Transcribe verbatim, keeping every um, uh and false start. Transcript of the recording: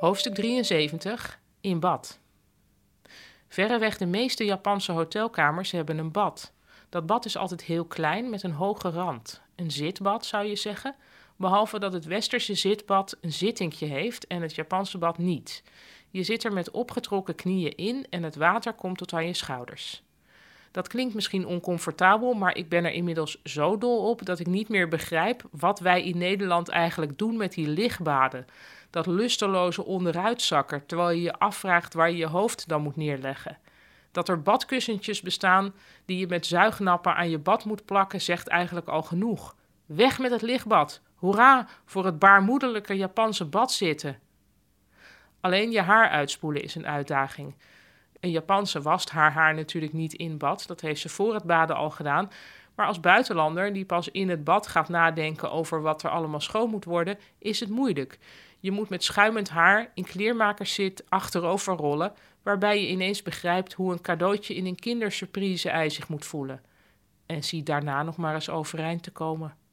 Hoofdstuk drieënzeventig. In bad. Verreweg de meeste Japanse hotelkamers hebben een bad. Dat bad is altijd heel klein met een hoge rand. Een zitbad zou je zeggen, behalve dat het westerse zitbad een zittinkje heeft en het Japanse bad niet. Je zit er met opgetrokken knieën in en het water komt tot aan je schouders. Dat klinkt misschien oncomfortabel, maar ik ben er inmiddels zo dol op dat ik niet meer begrijp wat wij in Nederland eigenlijk doen met die lichtbaden. Dat lusteloze onderuitzakken, terwijl je je afvraagt waar je je hoofd dan moet neerleggen. Dat er badkussentjes bestaan die je met zuignappen aan je bad moet plakken, zegt eigenlijk al genoeg. Weg met het lichtbad! Hoera voor het baarmoederlijke Japanse badzitten! Alleen je haar uitspoelen is een uitdaging. Een Japanse wast haar haar natuurlijk niet in bad, dat heeft ze voor het baden al gedaan. Maar als buitenlander die pas in het bad gaat nadenken over wat er allemaal schoon moet worden, is het moeilijk. Je moet met schuimend haar in kleermakerszit achterover rollen, waarbij je ineens begrijpt hoe een cadeautje in een kindersurprise-ei zich moet voelen. En zie daarna nog maar eens overeind te komen.